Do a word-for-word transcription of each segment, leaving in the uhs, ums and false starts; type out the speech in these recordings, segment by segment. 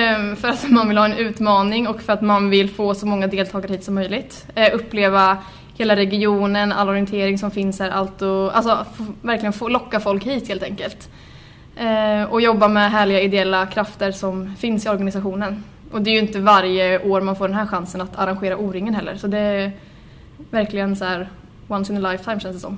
Eh, för att man vill ha en utmaning och för att man vill få så många deltagare hit som möjligt. Eh, uppleva hela regionen, all orientering som finns här, allt och, alltså f- verkligen få locka folk hit helt enkelt. Eh, och jobba med härliga ideella krafter som finns i organisationen. Och det är ju inte varje år man får den här chansen att arrangera O-ringen heller. Så det är verkligen så här once in a lifetime känns det som.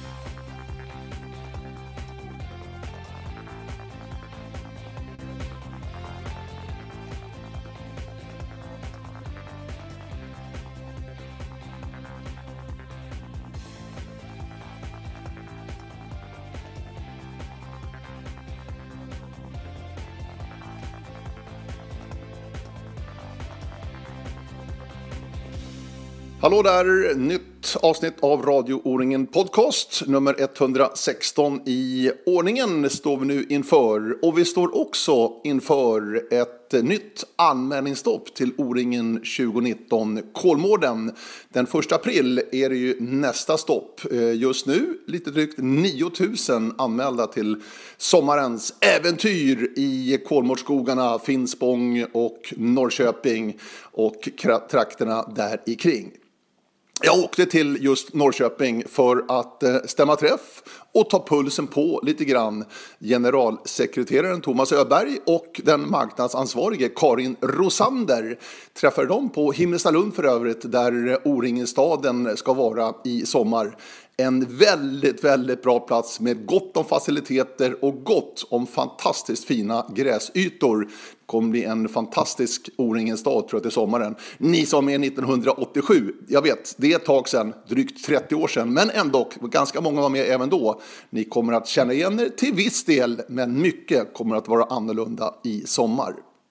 Hallå där, nytt avsnitt av Radio O-ringen podcast, nummer etthundrasexton i ordningen står vi nu inför. Och vi står också inför ett nytt anmälningsstopp till O-ringen tjugonitton Kolmården. Den första april är det ju nästa stopp. Just nu lite drygt nio tusen anmälda till sommarens äventyr i Kolmårdsskogarna, Finspång och Norrköping och trakterna där i kring. Jag åkte till just Norrköping för att stämma träff och ta pulsen på lite grann generalsekreteraren Thomas Öberg och den marknadsansvarige Karin Rosander. Träffade dem på Himmelstalund för övrigt där O-ringenstaden ska vara i sommar. En väldigt, väldigt bra plats med gott om faciliteter och gott om fantastiskt fina gräsytor. Det kommer bli en fantastisk O-ringenstad tror jag till sommaren. Ni som är nittonhundraåttiosju, jag vet, det är ett tag sedan, drygt trettio år sedan, men ändå, ganska många var med även då. Ni kommer att känna igen er till viss del, men mycket kommer att vara annorlunda i sommar.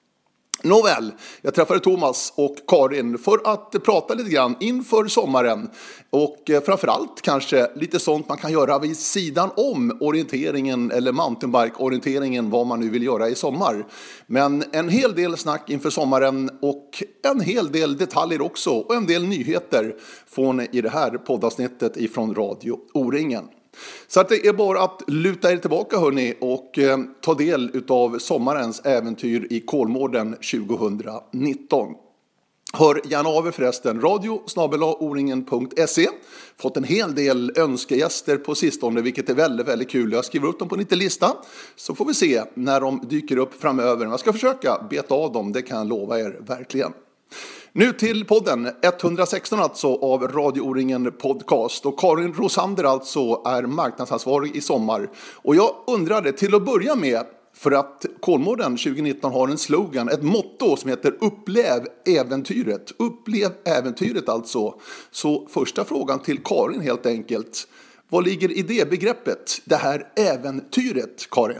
Nåväl, jag träffade Thomas och Karin för att prata lite grann inför sommaren och framförallt kanske lite sånt man kan göra vid sidan om orienteringen eller mountainbike-orienteringen, vad man nu vill göra i sommar. Men en hel del snack inför sommaren och en hel del detaljer också och en del nyheter får ni i det här poddavsnittet ifrån Radio O-ringen. Så att det är bara att luta er tillbaka hörni och eh, ta del av sommarens äventyr i Kolmården tjugonitton. Hör gärna av er förresten, radio snabel-a o-ringen punkt se. Fått en hel del önskegäster på sistone, vilket är väldigt, väldigt kul. Jag skriver upp dem på en liten lista, så får vi se när de dyker upp framöver. Jag ska försöka beta av dem, det kan jag lova er verkligen. Nu till podden, etthundrasexton alltså av Radio O-ringen podcast och Karin Rosander alltså är marknadsansvarig i sommar. Och jag undrade till att börja med, för att Kolmården tjugonitton har en slogan, ett motto som heter Upplev äventyret. Upplev äventyret alltså. Så första frågan till Karin helt enkelt. Vad ligger i det begreppet, det här äventyret, Karin?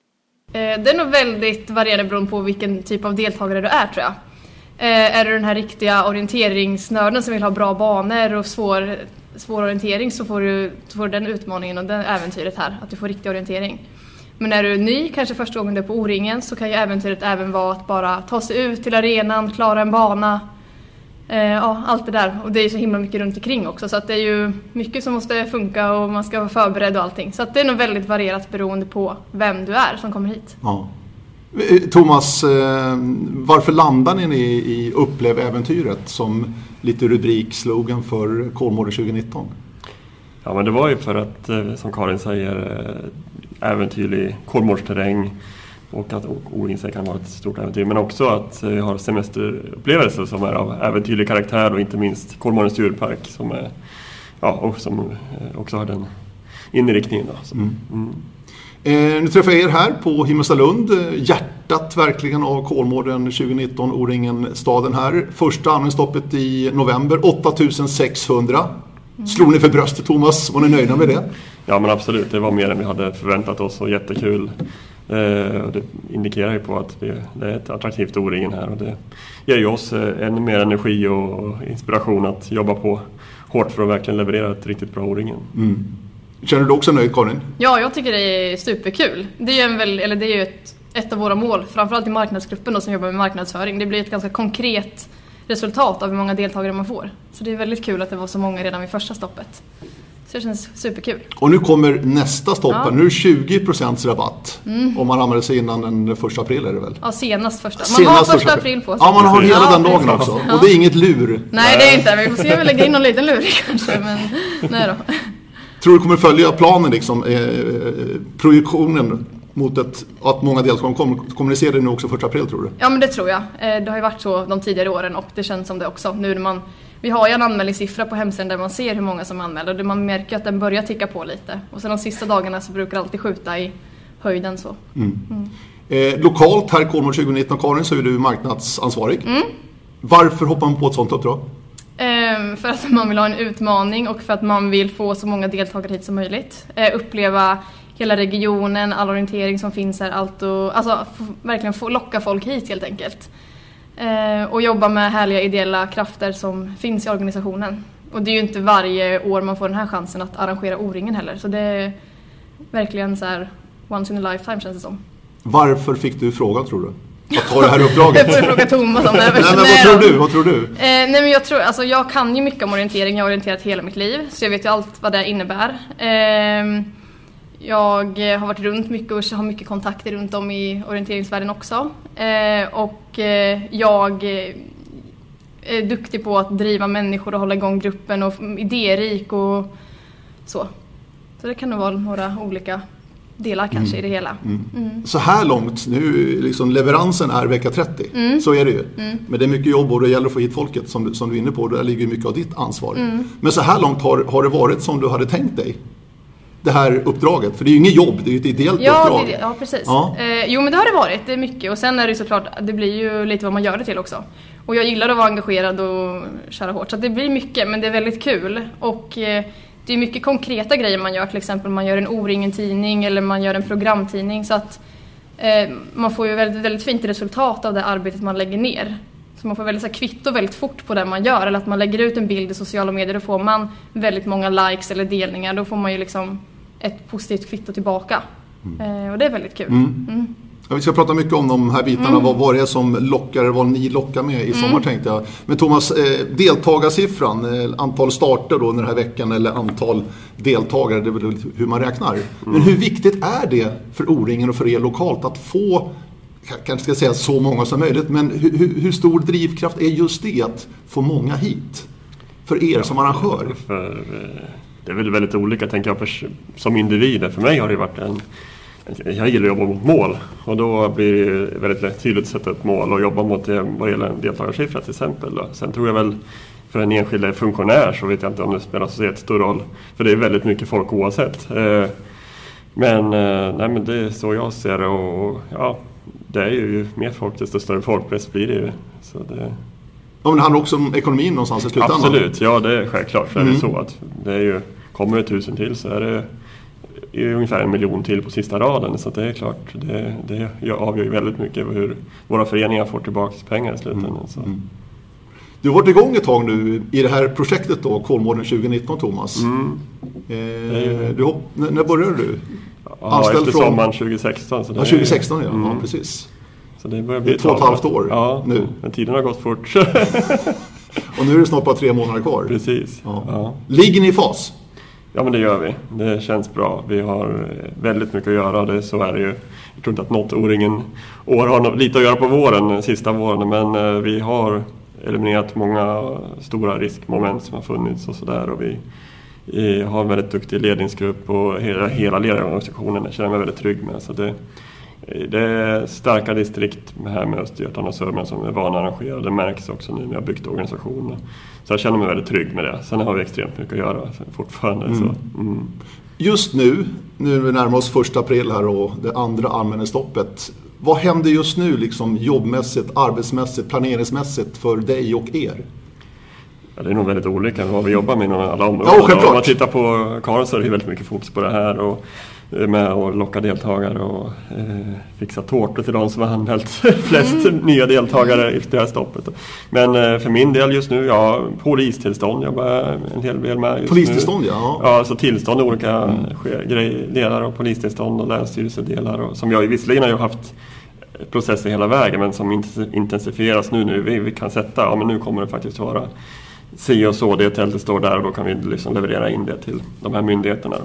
Det är nog väldigt varierande beroende på vilken typ av deltagare du är tror jag. Eh, är du den här riktiga orienteringsnörden som vill ha bra banor och svår, svår orientering så får du, så får du den utmaningen och det äventyret här, att du får riktig orientering. Men är du ny, kanske första gången du är på O-ringen, så kan ju äventyret även vara att bara ta sig ut till arenan, klara en bana, eh, ja, allt det där. Och det är ju så himla mycket runt omkring också, så att det är ju mycket som måste funka och man ska vara förberedd och allting. Så att det är nog väldigt varierat beroende på vem du är som kommer hit. Ja. Thomas, varför landar ni i Upplev äventyret som lite rubrikslogan för Kolmården tjugonitton? Ja, men det var ju för att, som Karin säger, äventyrlig Kolmårdsterräng och att O-ringen kan vara ett stort äventyr. Men också att vi har semesterupplevelser som är av äventyrlig karaktär och inte minst Kolmårdens djurpark som, är, ja, och som också har den inriktningen. Då, mm. Mm. Eh, nu träffar jag er här på Himmelstalund, hjärtat verkligen av Kolmården tjugonitton, O-ringen staden här. Första anmälningsstoppet i november, åtta tusen sexhundra. Mm. Slår ni för bröstet, Thomas? Var ni nöjda med det? Ja, men absolut. Det var mer än vi hade förväntat oss och jättekul. Eh, och det indikerar ju på att vi, det är ett attraktivt O-ringen här och det ger ju oss eh, ännu mer energi och inspiration att jobba på hårt för att verkligen leverera ett riktigt bra O-ringen. Mm. Känner du också nöjd, Karin? Ja, jag tycker det är superkul. Det är ju, en väl, eller det är ju ett, ett av våra mål, framförallt i marknadsgruppen då, som jobbar med marknadsföring. Det blir ett ganska konkret resultat av hur många deltagare man får. Så det är väldigt kul att det var så många redan vid första stoppet. Så Så det känns superkul. Och nu kommer nästa stopp. Ja. Nu är det tjugo procent rabatt. Mm. Om man anmäler sig innan den första april är det väl? Ja, senast första. Man senast har första, första april på sig. Ja, man har hela ja, den dagen precis. också. Ja. Och det är inget lur. Nej, det är inte. Vi får se om vi lägger in någon liten lur kanske. Men nej då. Tror du kommer följa planen liksom? Eh, projektionen mot ett, att många deltagare kommer, kommer ni se det nu också första april tror du? Ja, men det tror jag. Eh, det har ju varit så de tidigare åren och det känns som det också. Nu när man, vi har ju en anmälningssiffra på hemsidan där man ser hur många som anmäler och man märker att den börjar ticka på lite. Och sen de sista dagarna så brukar det alltid skjuta i höjden så. Mm. Mm. Eh, lokalt här i Kolmården tjugonitton, Karin, så är du marknadsansvarig. Mm. Varför hoppar man på ett sånt uppdrag? Eh, för att man vill ha en utmaning och för att man vill få så många deltagare hit som möjligt. Eh, uppleva hela regionen, all orientering som finns här, allt och, alltså f- verkligen få locka folk hit helt enkelt. Eh, och jobba med härliga ideella krafter som finns i organisationen. Och det är ju inte varje år man får den här chansen att arrangera O-ringen heller. Så det är verkligen så här once in a lifetime känns det som. Varför fick du frågan tror du? Att ta det här uppdraget? Jag får fråga Thomas om det. Nej, men vad tror du? Vad tror du? Eh, nej, men jag tror, alltså jag kan ju mycket om orientering. Jag har orienterat hela mitt liv. Så jag vet ju allt vad det innebär. Eh, Jag har varit runt mycket och har mycket kontakter runt om i orienteringsvärlden också. Eh, och eh, jag är duktig på att driva människor och hålla igång gruppen och idérik och så. Så det kan nog vara några olika delar kanske mm. i det hela. Mm. Mm. Så här långt, nu liksom leveransen är vecka trettio. Mm. Så är det ju. Mm. Men det är mycket jobb och det gäller att få hit folket som, som du är inne på. Där ligger mycket av ditt ansvar. Mm. Men så här långt har, har det varit som du hade tänkt dig? Det här uppdraget, för det är ju inget jobb, det är ju ett ideellt ja, uppdrag. Det, ja, precis. Ja. Eh, jo, men det har det varit, det är mycket. Och sen är det såklart, det blir ju lite vad man gör det till också. Och jag gillar att vara engagerad och köra hårt, så det blir mycket, men det är väldigt kul. Och eh, det är mycket konkreta grejer man gör, till exempel man gör en O-ringen-tidning eller man gör en programtidning. Så att eh, man får ju väldigt, väldigt fint resultat av det arbetet man lägger ner. Så man får väldigt så här, kvitto väldigt fort på det man gör. Eller att man lägger ut en bild i sociala medier, då får man väldigt många likes eller delningar. Då får man ju liksom ett positivt kvitto tillbaka. Mm. Eh, och det är väldigt kul. Mm. Mm. Ja, vi ska prata mycket om de här bitarna. Mm. Vad, vad det är som lockar, vad ni lockar med i sommar mm. tänkte jag. Men Thomas, eh, deltagarsiffran, eh, antal starter då den här veckan eller antal deltagare, det är väl hur man räknar. Mm. Men hur viktigt är det för O-ringen och för er lokalt att få, jag kanske ska säga så många som möjligt, men hur, hur, hur stor drivkraft är just det att få många hit? För er ja, som arrangör? För, det är väl väldigt olika, tänker jag, för, som individer. För mig har det varit en... Jag gillar att jobba mot mål. Och då blir det väldigt lätt tydligt att sätta upp mål och jobba mot det vad gäller en deltagarsiffra till exempel. Då. Sen tror jag väl för en enskild funktionär så vet jag inte om det spelar så jättestor roll. För det är väldigt mycket folk oavsett. Men, nej, men det är så jag ser det. Och, ja, det är ju mer folk desto större folkpress blir det ju. Så det... Ja, men det handlar också om ekonomin någonstans i slutändan. Absolut, ja det är självklart. Så är det mm. så att det är ju, kommer det tusen till så är det är ungefär en miljon till på sista raden. Så det är klart, det, det avgör ju väldigt mycket hur våra föreningar får tillbaka pengar i slutändan. Mm. Så. Mm. Du har varit igång ett tag nu i det här projektet då, Kolmården tjugonitton, Thomas. Mm. Eh, du, när, när började du? Ja, Anställd efter från... sommaren tjugohexton. Så det ja, tjugohexton, ja. Mm. Ja, precis. Så det börjar bli det är två och ett halvt år ja, nu. Men tiden har gått fort. Och nu är det snart bara tre månader kvar. Precis. Ja. Ja. Ligger ni i fas? Ja, men det gör vi. Det känns bra. Vi har väldigt mycket att göra. Det, så är det ju. Jag tror inte att något O-ringen år har lite att göra på våren, sista våren. Men vi har eliminerat många stora riskmoment som har funnits och sådär. Och vi, vi har en väldigt duktig ledningsgrupp och hela, hela ledarorganisationen jag känner mig väldigt trygg med. Så det, det är starka distrikt här med Östergötland och Sörmland som är vana arrangerade. Det märks också nu när jag har byggt organisationen. Så jag känner mig väldigt trygg med det. Sen har vi extremt mycket att göra fortfarande. Mm. Så, mm. Just nu, nu vi närmar oss första april här och det andra anmälningsstoppet. Vad händer just nu liksom jobbmässigt, arbetsmässigt, planeringsmässigt för dig och er? Ja, det är nog väldigt olika vad vi jobbar med inom alla områden. Ja, om man tittar på Karin så är det väldigt mycket fokus på det här och med att locka deltagare och eh, fixa tårtor till de som har anmält flest mm. nya deltagare i det här stoppet. Men eh, för min del just nu, ja, polistillstånd jobbar en hel del med just polistillstånd, nu. ja. Ja, så tillstånd är olika mm. grejer, delar av polistillstånd och länsstyrelsedelar och, som jag ju visserligen har ju haft processer hela vägen men som intensifieras nu nu. Vi, vi kan sätta, ja men nu kommer det faktiskt vara se och så, det tältet står där och då kan vi liksom leverera in det till de här myndigheterna.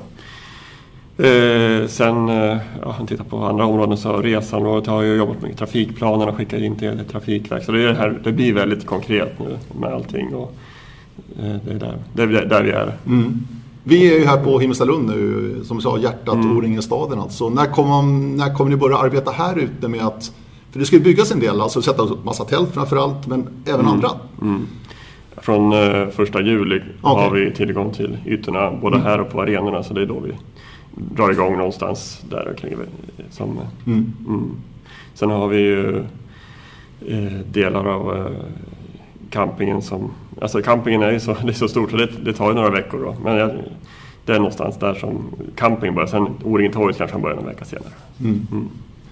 Eh, sen, eh, ja, han tittar på andra områden, så resan och har ju jobbat med trafikplanen och skickat in till Trafikverket. Så det, är det, här, det blir väldigt konkret nu med allting och eh, det är där, det är där vi är. Mm. Vi är ju här på Himmelstalund nu, som du sa, hjärtat mm. O-ringen-staden. Alltså. När, kommer, när kommer ni börja arbeta här ute med att, för det ska ju byggas en del, alltså sätta massa tält framförallt, men även mm. andra? Mm. Från eh, första juli okay. har vi tillgång till ytorna både mm. här och på arenorna, så det är då vi drar igång någonstans där kring. Som, mm. Mm. Sen har vi ju eh, delar av eh, campingen som, alltså campingen är ju så, det är så stort så det, det tar ju några veckor då, men jag, det är någonstans där som campingen börjar, sen O-ringen torget kanske börjar en vecka senare. Mm. Mm.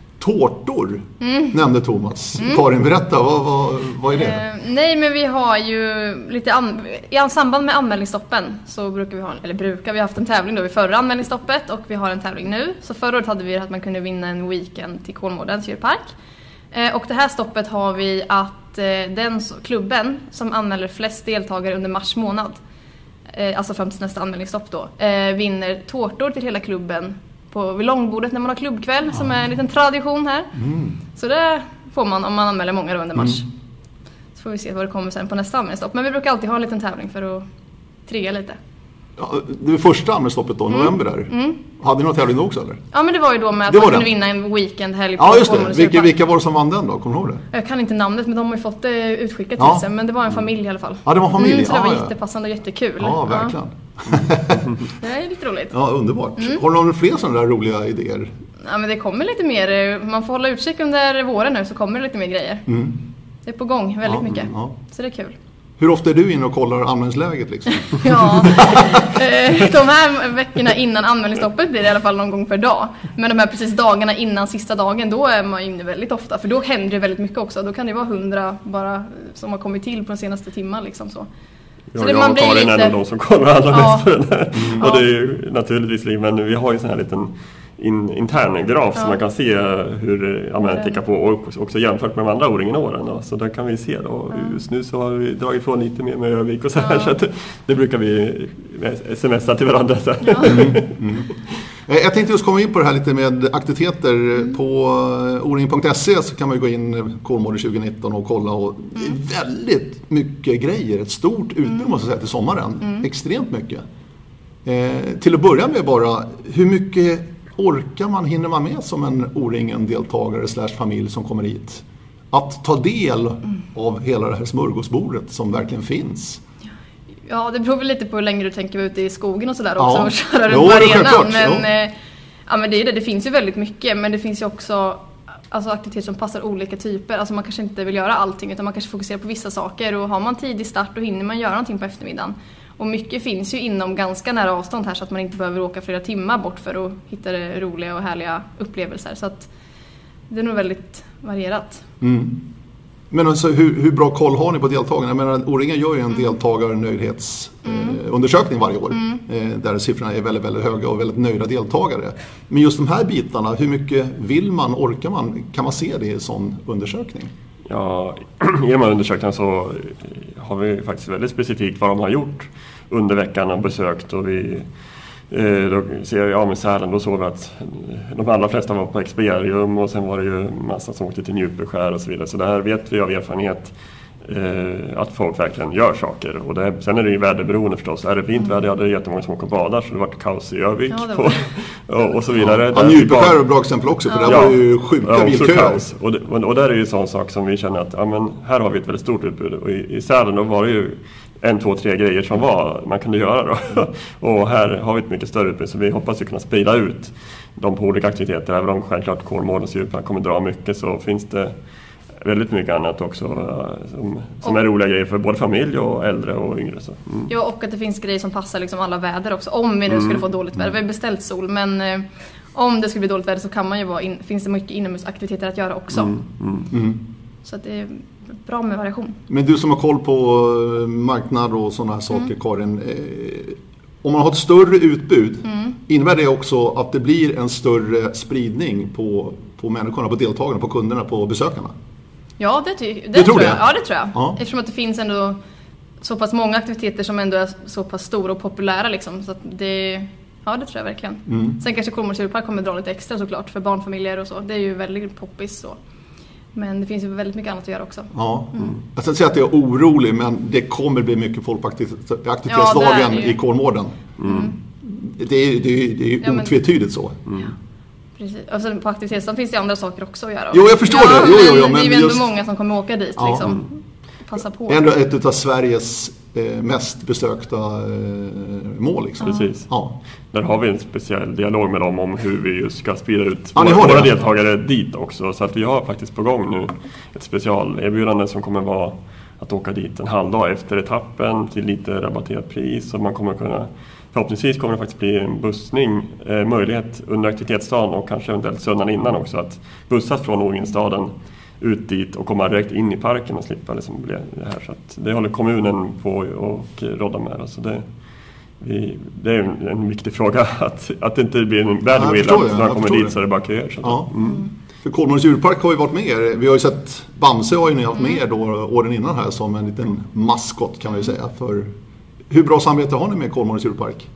Tårtor mm. nämnde Thomas. Mm. Karin, berätta, vad, vad, vad är det? Eh, nej, men vi har ju lite an- i samband med anmälningsstoppen så brukar vi ha, eller brukar vi ha haft en tävling då vid förra anmälningsstoppet och vi har en tävling nu. Så förra året hade vi att man kunde vinna en weekend till Kolmårdens djurpark. Eh, och det här stoppet har vi att eh, den klubben som anmäler flest deltagare under mars månad, eh, alltså fram till nästa anmälningsstopp då, eh, vinner tårtor till hela klubben på vid långbordet när man har klubbkväll, ja. Som är en liten tradition här. Mm. Så det får man om man anmäler många då under mars. Mm. Så får vi se vad det kommer sen på nästa anmälningsstopp. Men vi brukar alltid ha en liten tävling för att trigga lite. Ja, det var första anmälningsstoppet då, mm. november där. Mm. Hade ni någon tävling då också eller? Ja, men det var ju då med att man kunde vinna en weekend helg på Ja, just det. Vilka, vilka var det som vann den då? Kommer du ihåg det? Jag kan inte namnet, men de har ju fått det utskickat till ja. sig. Men det var en familj i alla fall. Ja, det var en familj. Mm, så det var ja, jättepassande och jättekul. Ja, verkligen. Ja. Det är lite roligt. Ja, underbart. Mm. Har du några fler sådana där roliga idéer? Ja, men det kommer lite mer. Man får hålla utkik under våren nu så kommer det lite mer grejer. Mm. Det är på gång väldigt ja, mycket. Ja. Så det är kul. Hur ofta är du inne och kollar anmälningsläget liksom? Ja, de här veckorna innan anmälningsstoppet blir det i alla fall någon gång per dag. Men de här precis dagarna innan sista dagen, då är man inne väldigt ofta. För då händer det väldigt mycket också. Då kan det vara hundra bara som har kommit till på den senaste timman liksom så. Ja, så jag man och Karin lite... är en av de som kollar allra ja. mest på den här. Mm. Och det är ju naturligtvis, men vi har ju sån här liten in, intern graf ja. som man kan se hur användaren tickar på och också jämfört med de andra O-ringen-åren då. Så där kan vi se då. Ja. Just nu så har vi dragit ifrån lite mer med Övik och så här, ja. så att det brukar vi smsa till varandra. Så. Ja. Mm. Mm. Jag tänkte just komma in på det här lite med aktiviteter. Mm. På o ringen punkt se så kan man ju gå in Kolmården tjugonitton och kolla och mm. väldigt mycket grejer, ett stort utbud mm. måste jag säga till sommaren. Mm. Extremt mycket. Eh, till att börja med bara, hur mycket orkar man, hinner man med som en O-ringen-deltagare slash familj som kommer hit? Att ta del mm. av hela det här smörgåsbordet som verkligen finns. Ja, det beror väl lite på hur länge du tänker vara ute i skogen och sådär också ja. och köra runt arenan. Men, eh, ja, men det är det. Det finns ju väldigt mycket, men det finns ju också alltså, aktiviteter som passar olika typer. Alltså man kanske inte vill göra allting utan man kanske fokuserar på vissa saker. Och har man tidig start då hinner man göra någonting på eftermiddagen. Och mycket finns ju inom ganska nära avstånd här så att man inte behöver åka flera timmar bort för att hitta det roliga och härliga upplevelser. Så att det är nog väldigt varierat. Mm. Men alltså, hur, hur bra koll har ni på deltagarna? Jag menar, O-ringen gör ju en mm. deltagarnöjdhetsundersökning mm. eh, varje år. Mm. Eh, där siffrorna är väldigt, väldigt höga och väldigt nöjda deltagare. Men just de här bitarna, hur mycket vill man, orkar man? Kan man se det i en sån undersökning? Ja, i de här undersökningarna så har vi faktiskt väldigt specifikt vad de har gjort under veckan och besökt. Och vi då ser jag, ja med Sälen, då såg vi att de allra flesta var på Experium och sen var det ju massa som åkte till Njupeskär och så vidare. Så det här vet vi av erfarenhet eh, att folk verkligen gör saker. Och det, sen är det ju väderberoende förstås. Är det fint väder, ja, det är jättemånga som åker och badar så det var kaos i Övik ja, på, och, och så vidare. Ja, Njupeskär är ett bra exempel också för ja. det var ju sjuka ja, bilköer. Och, det, och där är ju en sån sak som vi känner att ja, men här har vi ett väldigt stort utbud. Och i, i Sälen då var det ju en, två, tre grejer som var, man kunde göra då. Och här har vi ett mycket större utbud så vi hoppas ju kunna sprida ut de på olika aktiviteter. Även om självklart Kolmårdens djurpark kommer dra mycket så finns det väldigt mycket annat också som, som är roliga grejer för både familj och äldre och yngre. Så. Mm. Ja, och att det finns grejer som passar liksom alla väder också. Om vi nu skulle få dåligt väder. Vi har beställt sol, men eh, om det skulle bli dåligt väder så kan man ju vara in, finns det mycket inomhusaktiviteter att göra också. Mm. Mm. Mm. Så att det är bra med variation. Men du som har koll på marknad och sådana här saker, mm. Karin. Eh, om man har ett större utbud, mm. innebär det också att det blir en större spridning på, på människorna, på deltagarna, på kunderna, på besökarna? Ja, det, ty- det, det tror jag. Det? Ja, det tror jag. Ja. Eftersom att det finns ändå så pass många aktiviteter som ändå är så pass stora och populära liksom, så att det, ja det tror jag verkligen. Mm. Sen kanske Kolmårdens djurpark kommer dra lite extra såklart för barnfamiljer och så. Det är ju väldigt poppis så. Men det finns ju väldigt mycket annat att göra också. Ja. Mm. Jag ska säga att jag är orolig, men det kommer bli mycket folk på aktivitetsdagen ja, i Kolmården. Mm. Det är ju det är, det är ja, otvetydigt så. Mm. Ja. Precis. Och sen på aktivitetsdagen finns det andra saker också att göra. Jo, jag förstår ja, det. Jo, jo, jo, men det är ju ändå just... många som kommer åka dit. Ja. Liksom. Passa på. Ändå ett av Sveriges eh, mest besökta eh, mål. Liksom. Precis. Ja. Där har vi en speciell dialog med dem om hur vi ska sprida ut ja, våra, våra deltagare dit också. Så att vi har faktiskt på gång nu ett specialerbjudande som kommer vara att åka dit en halvdag efter etappen till lite rabatterat pris. Så man kommer kunna, förhoppningsvis kommer det faktiskt bli en bussning, eh, möjlighet under aktivitetsdagen och kanske eventuellt söndagen innan också att bussas från O-ringstaden ut dit och komma direkt in i parken och slippa liksom bli det här. Så att det håller kommunen på och råda med. Alltså det, vi, det är en, en viktig fråga att, att det inte blir en bad will att när man kommer dit så är det bara köer. Så ja. Mm. För Kolmårdens djurpark har ju varit med er. Vi har ju sett Bamse har ju ni haft med er då åren innan här som en liten maskot kan man ju säga. För hur bra samarbete har ni med Kolmårdens djurpark?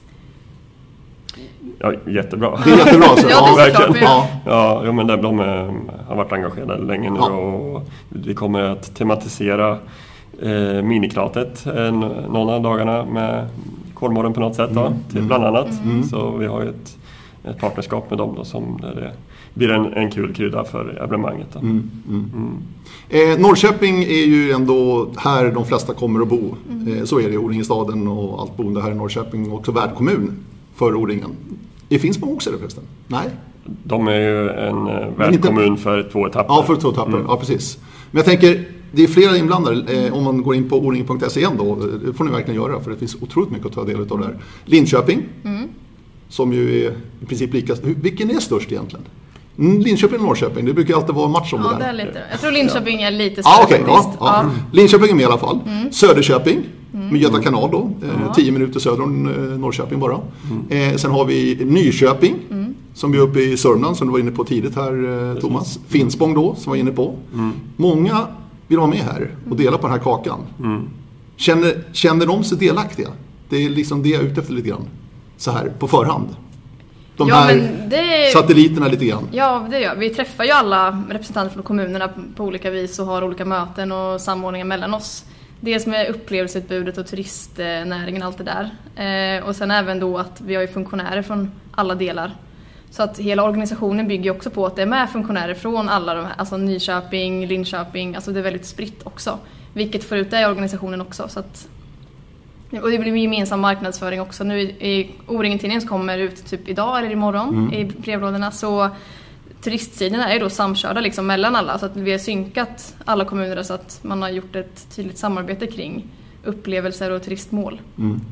Ja, jättebra. Det är jättebra. Så. ja, ja, verkligen. Ja. Ja, ja, men de, de är, har varit engagerade länge nu ja. Och vi kommer att tematisera eh, minikratet en, någon av dagarna med Kolmården på något sätt då, mm. till bland annat. Mm. Så vi har ju ett, ett partnerskap med dem då, som där det blir en, en kul krydda för evenemanget. Då. Mm. Mm. Mm. Eh, Norrköping är ju ändå här de flesta kommer att bo. Mm. Eh, så är det i O-ringstaden och allt boende här i Norrköping och också värdkommun för O-ringen. Det finns många också det förresten? Nej. De är ju en värdkommun inte... för två etapper. Ja, för två etapper. Mm. Ja, precis. Men jag tänker, det är flera inblandade. Eh, om man går in på o ringen punkt se igen då, det får ni verkligen göra för det finns otroligt mycket att ta del av det här. Linköping, mm. som ju är i princip lika... Vilken är störst egentligen? Linköping och Norrköping, det brukar alltid vara match om ja, det där. Det är lite. Jag tror Linköping ja. är lite större ah, okay, faktiskt. Ja, ja. Ja. Linköping är med i alla fall. Mm. Söderköping, mm. med Göta kanal då. Eh, ja. Tio minuter söder om eh, Norrköping bara. Mm. Eh, sen har vi Nyköping, mm. som är uppe i Sörmland, som du var inne på tidigt här, eh, Thomas. Finspång då, som var inne på. Mm. Många vill vara med här och dela på den här kakan. Mm. Känner, känner de sig delaktiga? Det är liksom det jag är ute efter lite grann. Så här, på förhand. De ja, här men det... satelliterna lite grann. Ja, det gör vi. Vi träffar ju alla representanter från kommunerna på olika vis och har olika möten och samordningar mellan oss. Dels med upplevelseutbudet och turistnäringen och allt det där. Eh, och sen även då att vi har ju funktionärer från alla delar. Så att hela organisationen bygger också på att det är med funktionärer från alla de här, alltså Nyköping, Linköping, alltså det är väldigt spritt också. Vilket får ut det i organisationen också, så att... Och det blir gemensam marknadsföring också. Nu i O-ringen-tidningen som kommer ut typ idag eller imorgon mm. i brevlådorna, så turistsidorna är då samkörda liksom mellan alla, så att vi har synkat alla kommuner så att man har gjort ett tydligt samarbete kring upplevelser och turistmål. Mm.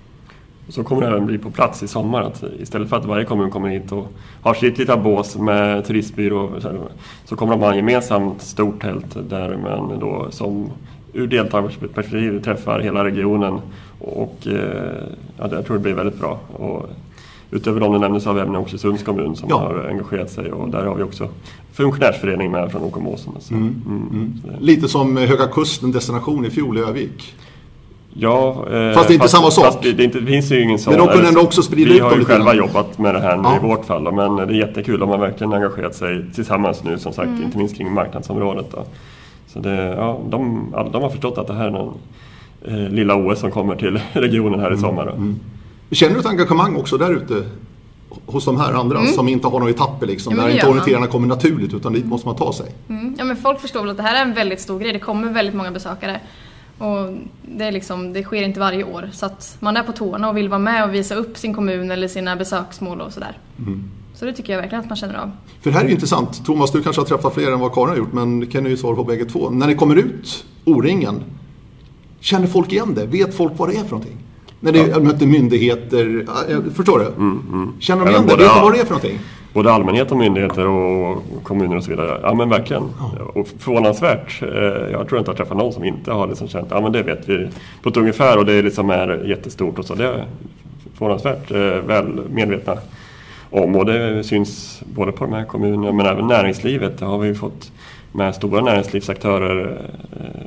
Så kommer det även bli på plats i sommar att istället för att varje kommun kommer hit och har sitt lilla bås med turistbyrå så kommer de ha en gemensamt stort tält där man då som ur deltagarperspektiv träffar hela regionen och ja, jag tror det blir väldigt bra. Och utöver de du nämnde så har vi även Oxelösunds kommun som ja. har engagerat sig och där har vi också funktionärsförening med från Åkemåsen. Mm. Mm. Mm. Lite som Höga Kusten destination i fjol i Övik. Ja, eh, fast det är inte fast, samma sak. Fast det, det, inte, det finns ju ingen sån. Men de kunde ändå också sprida vi ut dem har ju själva lite. Jobbat med det här ja. i vårt fall. Men det är jättekul om man verkligen engagerat sig tillsammans nu som sagt, mm. inte minst kring marknadsområdet då. Så det, ja, de, de har förstått att det här är någon eh, lilla O S som kommer till regionen här i sommar. Då. Mm. Känner du ett engagemang också där ute hos de här andra mm. som inte har några etapper liksom, ja, där inte orienterarna kommer naturligt utan dit måste man ta sig? Mm. Ja, men folk förstår väl att det här är en väldigt stor grej. Det kommer väldigt många besökare. Och det, är liksom, det sker inte varje år. Så att man är på tårna och vill vara med och visa upp sin kommun eller sina besöksmål och sådär. Mm. Så det tycker jag verkligen att man känner av. För det här är ju intressant. Thomas, du kanske har träffat fler än vad Karin har gjort, men det kan ni ju svara på bägge två. När ni kommer ut O-ringen, känner folk igen det? Vet folk vad det är för någonting? När ni ja. möter myndigheter, förstår du? Mm, mm. Känner de igen det? Vet de vad det är för någonting? Både allmänhet och myndigheter och kommuner och så vidare. Ja, men verkligen. Ja. Och förvånansvärt. Jag tror inte jag träffat någon som inte har liksom känt, ja men det vet vi på ett ungefär och det liksom är jättestort och så. Det är förvånansvärt väl medvetna om och det syns både på de här kommunerna men även näringslivet. Där har vi fått med stora näringslivsaktörer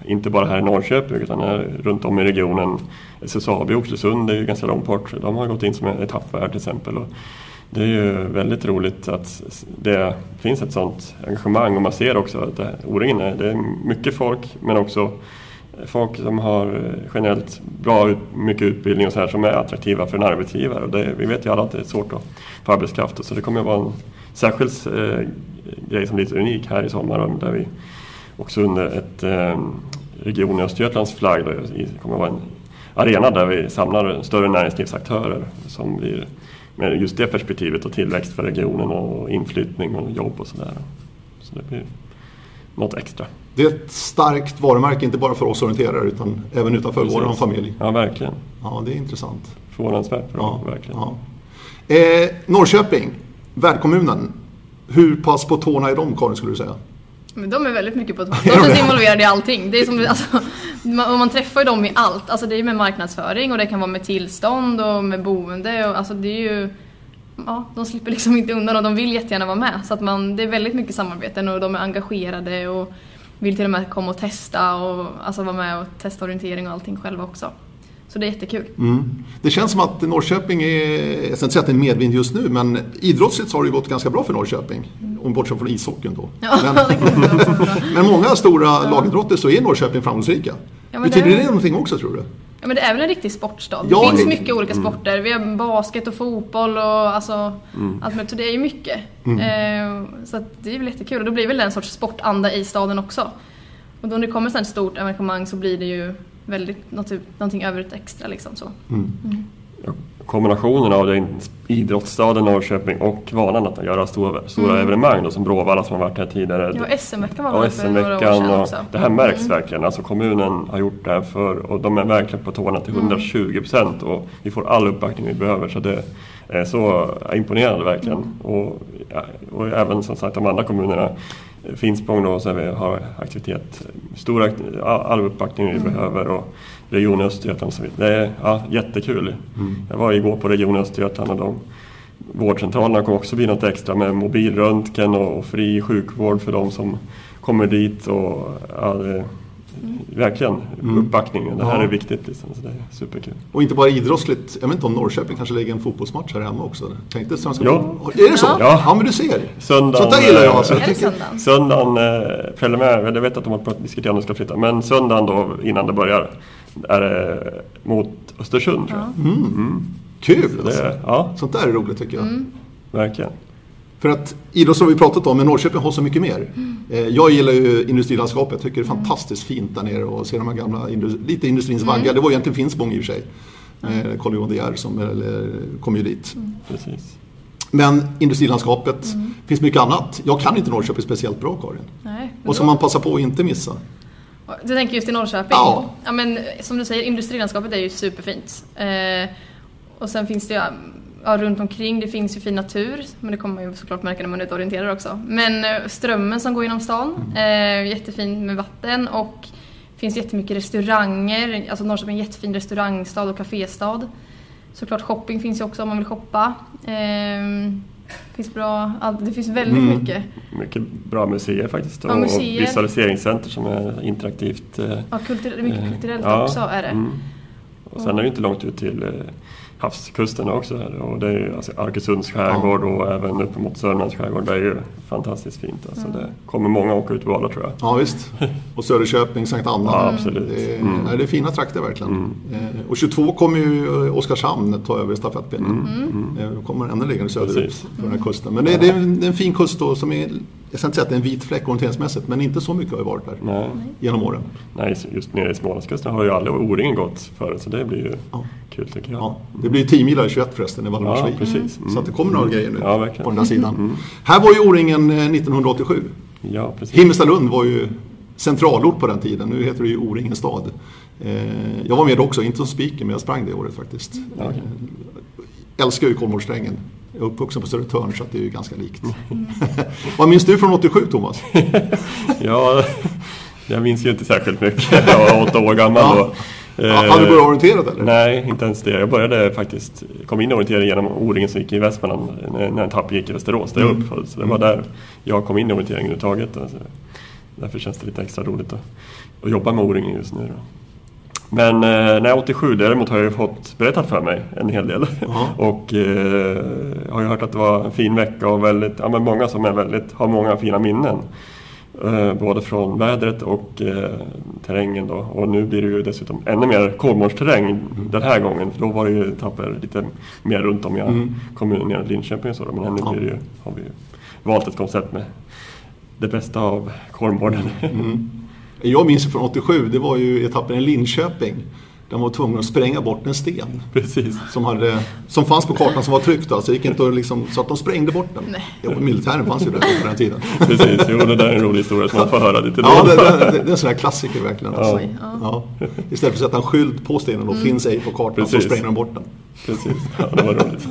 inte bara här i Norrköping utan här runt om i regionen. S S A B i Oxelösund är ju ganska långt bort. De har gått in som ett etappvärd till exempel. Och det är ju väldigt roligt att det finns ett sånt engagemang, och man ser också att det, O-ringen är, det är mycket folk, men också folk som har generellt bra, mycket utbildning och så här, som är attraktiva för en arbetsgivare. Och det, vi vet ju alla att det är svårt att få arbetskraft, så det kommer att vara en särskild eh, grej som blir lite unik här i sommar, där vi också under ett eh, region i Östergötlands flagg då, det kommer att vara en arena där vi samlar större näringslivsaktörer som blir med just det perspektivet och tillväxt för regionen och inflyttning och jobb och sådär. Så det blir något extra. Det är ett starkt varumärke, inte bara för oss orienterare utan även utanför Precis. vår familj. Ja, verkligen. Ja, det är intressant. Förvånansvärt bra, ja, verkligen. Ja. Eh, Norrköping, värdkommunen. Hur pass på tårna är de, Karin, skulle du säga? Men de är väldigt mycket på tårna. De är involverade i allting. Det är som, alltså, man, man träffar ju dem i allt. Alltså, det är ju med marknadsföring och det kan vara med tillstånd och med boende. Och, alltså, det är ju... Ja, de slipper liksom inte undan och de vill jättegärna vara med. Så att man, det är väldigt mycket samarbeten och de är engagerade och vill till och med komma och testa och alltså vara med och testa orientering och allting själva också. Så det är jättekul. Mm. Det känns som att Norrköping är, jag ska inte säga att det är medvind just nu, men idrottsligt så har det gått ganska bra för Norrköping. Mm. Om bortsett från ishockeyn då. Ja, men, det kan vara så bra. Men många stora ja. lagidrotter så är Norrköping framgångsrika. Ja, Betyder det, är... det någonting också, tror du? Ja, men det är väl en riktig sportstad. Ja, det finns det... mycket olika mm. sporter. Vi har basket och fotboll och alltså, mm. allt möjligt. Så det är ju mycket. Mm. Eh, så att det är väl jättekul. Och då blir väl en sorts sportanda i staden också. Och då när det kommer ett stort engagemang så blir det ju väldigt något, någonting över ett extra liksom så. Mm. Mm. Ja, kombinationen av den idrottsstaden Norrköping och vanan att göra stora, stora mm. evenemang då, som Bråvalla som har varit här tidigare. Ja, S M-veckan var ja, väl för några år sedan också. Det här märks mm. verkligen. Alltså kommunen har gjort det här för, och de är verkligen på tårna till hundratjugo procent och vi får all uppbackning vi behöver, så det är så imponerande verkligen. Mm. Och, ja, och även som sagt de andra kommunerna, Finspång då, så vi har aktivitet, stora, all uppbackning vi mm. behöver, och Region Östergötland så vidare. Det är ja, jättekul. Mm. Jag var igår på Region Östergötland och de vårdcentralerna kommer också bli något extra med mobilröntgen och, och fri sjukvård för de som kommer dit, och ja, det, verkligen mm. uppbackningen. Det här ja. är viktigt liksom, så det är superkul. Och inte bara idrottsligt, jag vet inte om Norrköping kanske lägger en fotbollsmatch här hemma också. Tänkte att ska ja. få... Är det så? Ja. Ja, men du ser. Söndagen, sånt där gillar jag. Alltså. Är det söndagen? Söndagen eh, preliminär, jag vet att de har diskuterat om de ska flytta, men söndagen då innan det börjar är det mot Östersund tror jag. Mm. Mm. Kul alltså. Det, ja. Sånt där är roligt tycker jag. Mm. Verkligen. För att idrott har vi pratat om, men Norrköping har så mycket mer. Mm. Jag gillar ju industrilandskapet. Jag tycker det är fantastiskt fint där nere och se de här gamla, lite industrins vaggar. Mm. Det var egentligen Finspång i och för sig. Mm. Carl Johan De Geer som eller, kom ju dit. Mm. Precis. Men industrilandskapet, mm. finns mycket annat. Jag kan inte Norrköping speciellt bra, Karin. Nej, och som man passar på att inte missa. Du tänker just i Norrköping? Ja. Ja, men som du säger, industrilandskapet är ju superfint. Eh, och sen finns det ju ja, runt omkring, det finns ju fin natur, men det kommer man ju såklart märka när man är ute och orienterar också. Men eh, strömmen som går genom stan, eh, jättefin med vatten, och det finns jättemycket restauranger. Alltså Norrköping är en jättefin restaurangstad och kaféstad. Såklart shopping finns ju också om man vill shoppa. Eh, finns bra, det finns väldigt mm. mycket. Mycket bra museer faktiskt. Ja, museer. Och visualiseringscenter som är interaktivt. Ja, kultur, mycket kulturellt ja, också är det. Mm. Och sen är det inte långt ut till havskusten också här. Och det är ju alltså Arkösunds skärgård ja. och även upp mot Sörmlands skärgård. Det är ju fantastiskt fint. Alltså mm. det kommer många åka ut och vara, tror jag. Ja visst. Och Söderköping, Sankt Anna. Ja, absolut. Det är, mm. det är fina trakter verkligen. Mm. Och tjugotvå kommer ju Oskarshamn ta över stafettpinnen. Mm. Mm. kommer ännu längre söderut för den här kusten. Men det är, det är en, en fin kust då som är, jag ska inte säga att det är en vit fläck orienteringsmässigt, men inte så mycket har varit där Nej. genom åren. Nej, just nere i Smålandskusten har ju alla O-ringen gått för, så det blir ju ja. kul tycker jag. Ja. Det blir tio milar tjugoett förresten i Valdemarsvik. Ja, precis. Mm. Så att det kommer några grejer nu ja, på den där sidan. Mm. Här var ju O-ringen nittonhundraåttiosju. Ja, precis. Himmelstalund var ju centralort på den tiden. Nu heter det ju O-ringen stad. Jag var med också, inte som speaker, men jag sprang det året faktiskt. Ja, okay. Älskar ju Kolmårdssträngen. Jag är uppvuxen på Södertörn, så att det är ju ganska likt. Mm. Vad minns du från åttiosju, Thomas? Ja, jag minns ju inte särskilt mycket. Jag var åtta år gammal ja. då. Ja, hade du börjat orientera eller? Nej, inte ens det. Jag började faktiskt, kom in och orientera genom O-ringen som gick i Västmanland när en tapp gick i Västerås. Där mm. upp. Så det var där jag kom in i orienteringen överhuvudtaget. Alltså. därför känns det lite extra roligt att, att jobba med O-ringen just nu då. Men eh, när åttiosju däremot har jag ju fått berättat för mig en hel del. Uh-huh. Och eh, har ju hört att det var en fin vecka och väldigt, ja, men många som är väldigt, har många fina minnen. Eh, både från vädret och eh, terrängen då. Och nu blir det ju dessutom ännu mer kolmårdsterräng mm. den här gången. Då var det ju etapper lite mer runt om i mm. kommunen nere i Linköping och så. Men nu blir det ju, har vi ju valt ett koncept med det bästa av Kolmården. Mm. Jag minns från åttiosju, det var ju etappen i Linköping. De var tvungna att spränga bort en sten. Precis. Som, hade, som fanns på kartan som var tryckt. Alltså, gick inte att liksom, så att de sprängde bort den. Ja, militären fanns ju där på den tiden. Precis, jo, det där är en rolig historia som man får höra lite då. Ja, det, det, det är en sån här klassiker verkligen. Alltså. Ja. Ja. Istället för att sätta en skylt på stenen och mm. finns ej på kartan. Precis. Så spränger de bort den. Precis, ja, det var roligt.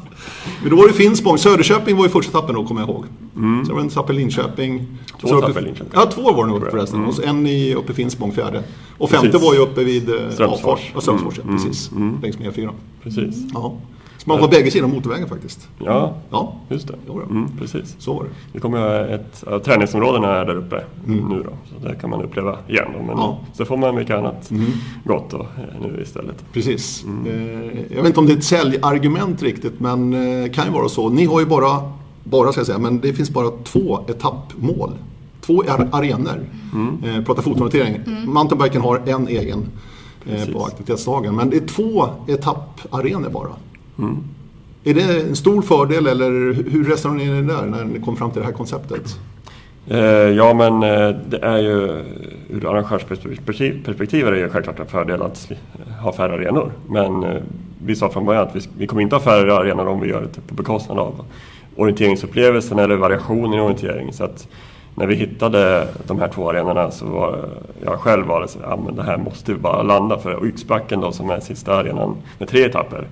Men då var det Finspång. Söderköping var ju första etappen då, kommer jag ihåg. Mm. Så det var en etapp i Linköping. Två etapp i Linköping. Ja, två var det nog förresten. Mm. Och så en i, uppe i Finspång, fjärde. Och femte precis. Var ju uppe vid Strömsfors. Och Strömsfors, mm. precis. Mm. Längs med E fyra. Precis. Ja. Så man var bägge sidor av motorvägen faktiskt. Ja, ja. just det. Mm, precis. Så var det. Vi kommer ju ha ett av träningsområdena är där uppe mm. nu då. Så det kan man uppleva igen då. Men ja. Så får man mycket annat mm. gott då, nu istället. Precis. Mm. Eh, jag vet inte om det är ett säljargument riktigt, men eh, kan ju vara så. Ni har ju bara, bara ska jag säga, men det finns bara två etappmål. Två arenor. Mm. Eh, pratar fotonotering. Mm. Mountainbiken har en egen eh, på aktivitetsdagen. Men det är två etapparenor bara. Mm. Är det en stor fördel eller hur resonerar ni där när ni kom fram till det här konceptet? Eh, ja, men eh, det är ju ur arrangörsperspektiv perspektiv är det ju självklart en fördel att ha färre arenor. Men eh, vi sa från början att vi, vi kommer inte ha färre arenor om vi gör det på bekostnad av orienteringsupplevelsen eller variationen i orientering. Så att när vi hittade de här två arenorna så var jag själv var det så, ja, men det här måste vi bara landa för. Yxbacken då, som är sista arenan med tre etapper,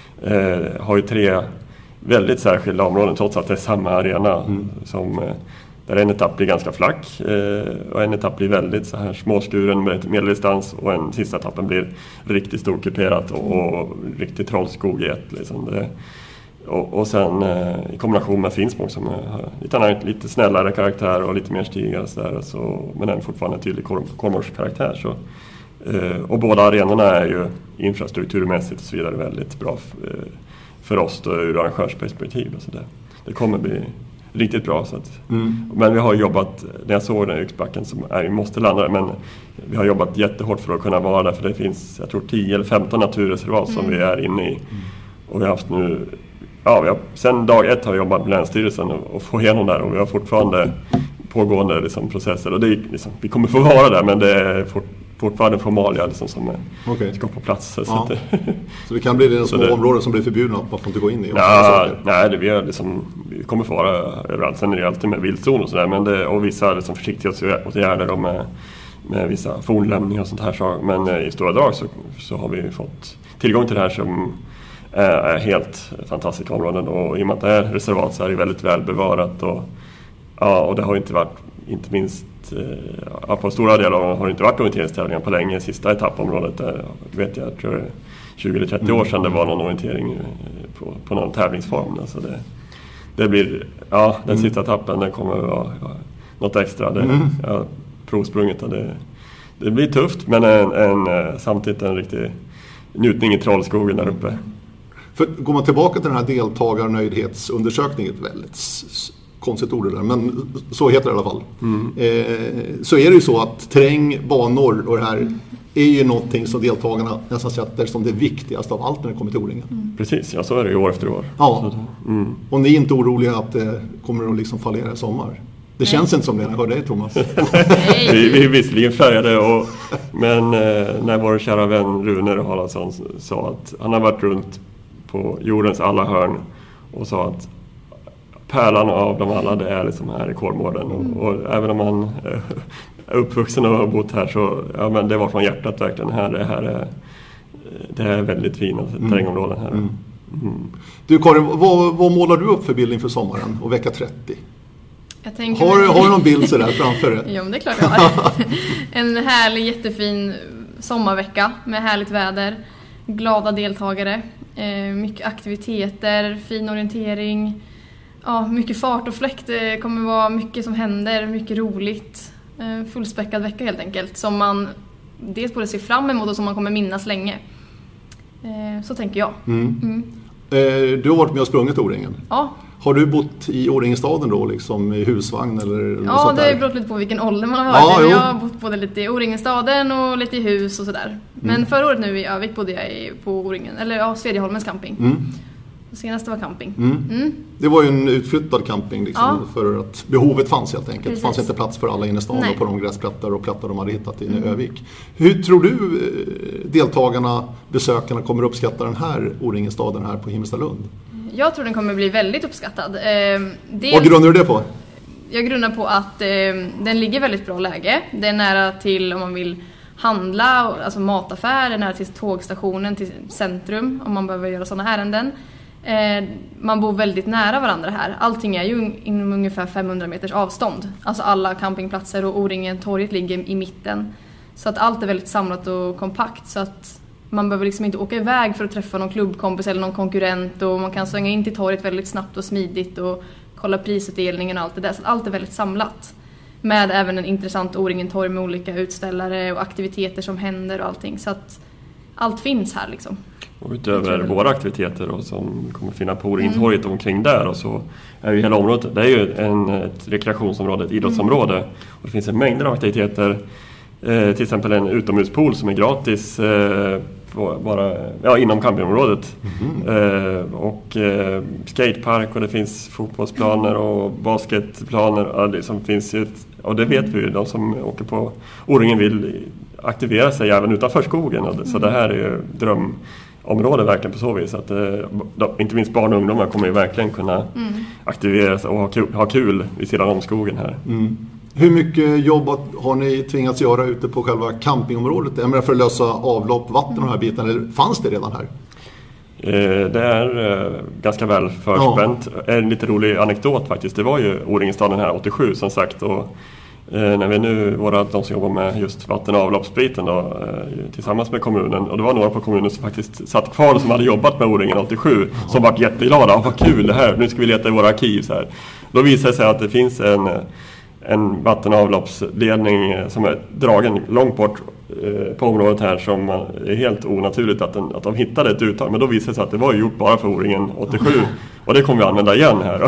eh, har ju tre väldigt särskilda områden trots att det är samma arena. Mm. Som, eh, där en etapp blir ganska flack eh, och en etapp blir väldigt så här småskuren med medeldistans och en sista etappen blir riktigt stor kuperat och, och riktigt trollskog i ett. Liksom. Det, Och, och sen eh, i kombination med Finspång som har lite, lite snällare karaktär och lite mer stigar så där, så, men den fortfarande en tydlig Kolmårdskaraktär. Så, eh, och båda arenorna är ju infrastrukturmässigt och så vidare väldigt bra f- för oss då, ur arrangörsperspektiv. Så det, det kommer bli riktigt bra. Så att, mm. Men vi har jobbat, när jag såg den Yxbacken som är, vi måste landa där, men vi har jobbat jättehårt för att kunna vara där, för det finns jag tror tio eller femton naturreservat mm. som vi är inne i. Mm. Och vi har haft nu Ja, vi har, sen dag ett har vi jobbat med Länsstyrelsen och, och få igenom där och vi har fortfarande pågående liksom, processer och det är, liksom, vi kommer få vara där men det är fort, fortfarande formalia liksom, som är, okay. ska på plats. Så, ja. det, så det kan bli det små det, områden som blir förbjudna att man får inte gå in i? Ja, nej, det, vi, är liksom, vi kommer få vara överallt. Sen är det alltid med vildzon och sådär, men det, och vissa liksom, försiktighetsåtgärder med, med vissa fornlämningar och sånt här. Så, men i stora drag så, så har vi fått tillgång till det här som är helt fantastiska områden och i och med att det är reservat så är det väldigt väl bevarat och, ja, och det har inte varit, inte minst ja, på stora delar har det inte varit orienteringstävlingar på länge. Sista etappområdet där vet jag, jag tror tjugo eller trettio år sedan det var någon orientering på, på någon tävlingsform. Alltså det, det blir, ja, den sista etappen den kommer att vara ja, något extra. Det, mm. ja, provsprunget och det, det blir tufft men en, en, samtidigt en riktig njutning i Trollskogen där uppe. För går man tillbaka till den här deltagarnöjdhetsundersökningen, ett väldigt konstigt ord där, men så heter det i alla fall. Mm. Eh, så är det ju så att terräng, banor och det här är ju någonting som deltagarna nästan sätter som det viktigaste av allt när det kommer till O-ringen. Mm. Precis, ja så är det ju år efter år. Ja, mm. Och ni är inte oroliga att det kommer att liksom fallera i sommar? Det känns Nej. Inte som det när jag hör dig, Thomas. vi, vi är visserligen färgade, och, men eh, när vår kära vän Rune Haraldsson sa att han har varit runt på jordens alla hörn och sa att pärlan av dem alla det är liksom här i Kolmården och, och även om man är uppvuxen och har bott här så ja, men det var från hjärtat verkligen här. Det här är, det är väldigt fina mm. terrängområden här. Mm. Mm. Du Karin, vad, vad målar du upp för bild inför sommaren och vecka trettio? Jag tänker har, har du någon bild sådär framför dig? Jo, men det är klart jag har. En härlig, jättefin sommarvecka med härligt väder, glada deltagare, mycket aktiviteter, fin orientering, ja, mycket fart och fläkt. Det kommer vara mycket som händer, mycket roligt. En fullspäckad vecka helt enkelt. Som man dels borde se fram emot och som man kommer minnas länge. Så tänker jag. Mm. Mm. Du har varit med och sprungit O-ringen. Ja. Har du bott i O-ringenstaden då, liksom i husvagn eller något ja, sånt där? Ja, det beror lite på vilken ålder man har varit ja, i. Jag har bott både lite i O-ringenstaden och lite i hus och sådär. Men mm. förra året nu i Övik bodde jag i, på O-ringen, eller ja, Svedjeholmens camping. Mm. Senaste var camping. Mm. Mm. Det var ju en utflyttad camping liksom, ja. För att behovet fanns helt enkelt. Precis. Det fanns inte plats för alla inne i stan och på de gräsplattor och plattor de hade hittat i mm. Övik. Hur tror du deltagarna, besökarna kommer uppskatta den här O-ringenstaden här på Himmelstalund? Jag tror den kommer bli väldigt uppskattad. Eh, Vad grundar du det på? Jag grundar på att eh, den ligger väldigt bra läge. Det är nära till om man vill handla, alltså mataffär, det är nära till tågstationen, till centrum om man behöver göra sådana ärenden. Eh, man bor väldigt nära varandra här. Allting är ju inom ungefär femhundra meters avstånd. Alltså alla campingplatser och O-ringen, torget ligger i mitten. Så att allt är väldigt samlat och kompakt så att man behöver liksom inte åka iväg för att träffa någon klubbkompis eller någon konkurrent och man kan svänga in till torget väldigt snabbt och smidigt och kolla prisutdelningen och allt det där. Så att allt är väldigt samlat. Med även en intressant O-ringen torg med olika utställare och aktiviteter som händer och allting. Så att allt finns här liksom. Och utöver våra aktiviteter och som kommer finna på O-ringen torget mm. omkring där och så är ju hela området, det är ju en, ett rekreationsområde, ett idrottsområde mm. och det finns en mängd av aktiviteter. Eh, till exempel en utomhuspool som är gratis eh, bara, ja, inom campingområdet mm. eh, och eh, skatepark och det finns fotbollsplaner och basketplaner ja, det som finns ett, och det vet vi ju, de som åker på O-ringen vill aktivera sig även utanför skogen och det, så det här är ju drömområde verkligen på så vis att eh, inte minst barn och ungdomar kommer ju verkligen kunna mm. aktivera sig och ha kul, ha kul vid sidan om skogen här. Mm. Hur mycket jobb har ni tvingats göra ute på själva campingområdet? Jag menar för att lösa avlopp, vatten och de här bitarna. Eller fanns det redan här? Eh, det är eh, ganska väl förspänt. Ja. En lite rolig anekdot faktiskt. Det var ju O-ringenstaden här åttiosju som sagt. Och eh, när vi nu, våra, de som jobbar med just vatten- och avloppsbiten då, eh, tillsammans med kommunen. Och det var några på kommunen som faktiskt satt kvar som hade jobbat med O-ringen åttiosju. Ja. Som var jätteglada. Vad kul det här, nu ska vi leta i våra arkiv. Så här. Då visade det sig att det finns en... en vatten- och avloppsledning som är dragen långt bort eh, på området här som är helt onaturligt att, den, att de hittade ett uttag. Men då visade det sig att det var gjort bara för O-ringen åttiosju och det kommer vi använda igen här.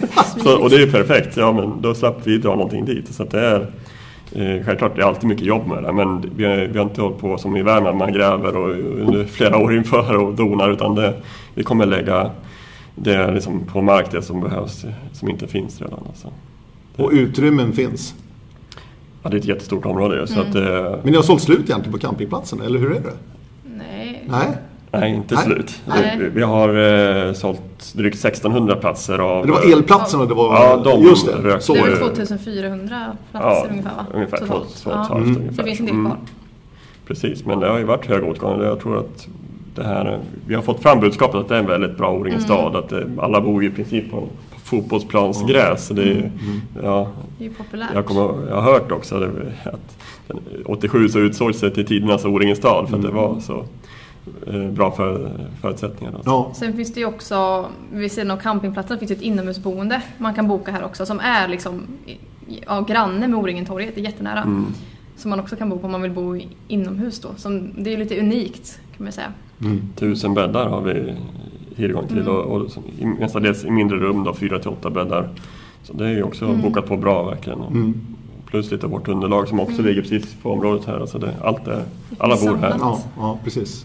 Så, och det är ju perfekt, ja, men då slapp vi dra någonting dit. Så att det är eh, självklart det är alltid mycket jobb med det, men vi har, vi har inte hållit på som i Värmland, man gräver och under flera år inför och donar, utan det, vi kommer lägga det liksom på mark det som behövs, som inte finns redan alltså. Och utrymmen finns. Ja, det är ett jättestort område. Så mm. att, eh... Men ni har sålt slut egentligen på campingplatsen, eller hur är det? Nej. Nej, Nej inte Nej. slut. Nej. Vi, vi har eh, sålt drygt sextonhundra platser av... Men det var elplatserna, det var... Ja, de just det. Rök, så det är tvåtusenfyrahundra platser ja, ungefär, va? ungefär. Totalt. Två, två, ja. mm. ungefär. Det finns en del kvar. Mm. Precis, men det har ju varit hög åtgång. Jag tror att det här... Vi har fått fram budskapet att det är en väldigt bra O-ringenstad. Mm. Att det, alla bor ju i princip på fotbollsplansgräs. Mm. Det är, mm. ja, det är populärt. Jag, kommer, jag har hört också det, att åttiosju så utsåg sig till tidernas O-ringenstad för att det var så eh, bra för, förutsättningar. Ja. Sen finns det ju också, vid sidan av campingplatsen finns det ett inomhusboende man kan boka här också som är liksom ja, granne med O-ringen-torget, det är jättenära. Mm. Som man också kan bo på om man vill bo inomhus då. Som, det är lite unikt kan man säga. Mm. Tusen bäddar har vi tillgång till mm. och, och mestadels i mindre rum då, fyra till åtta bäddar. Så det är ju också mm. bokat på bra verkligen. Mm. Plus lite vårt underlag som också mm. ligger precis på området här. Alltså det, allt är, alla bor här. Ja, ja precis.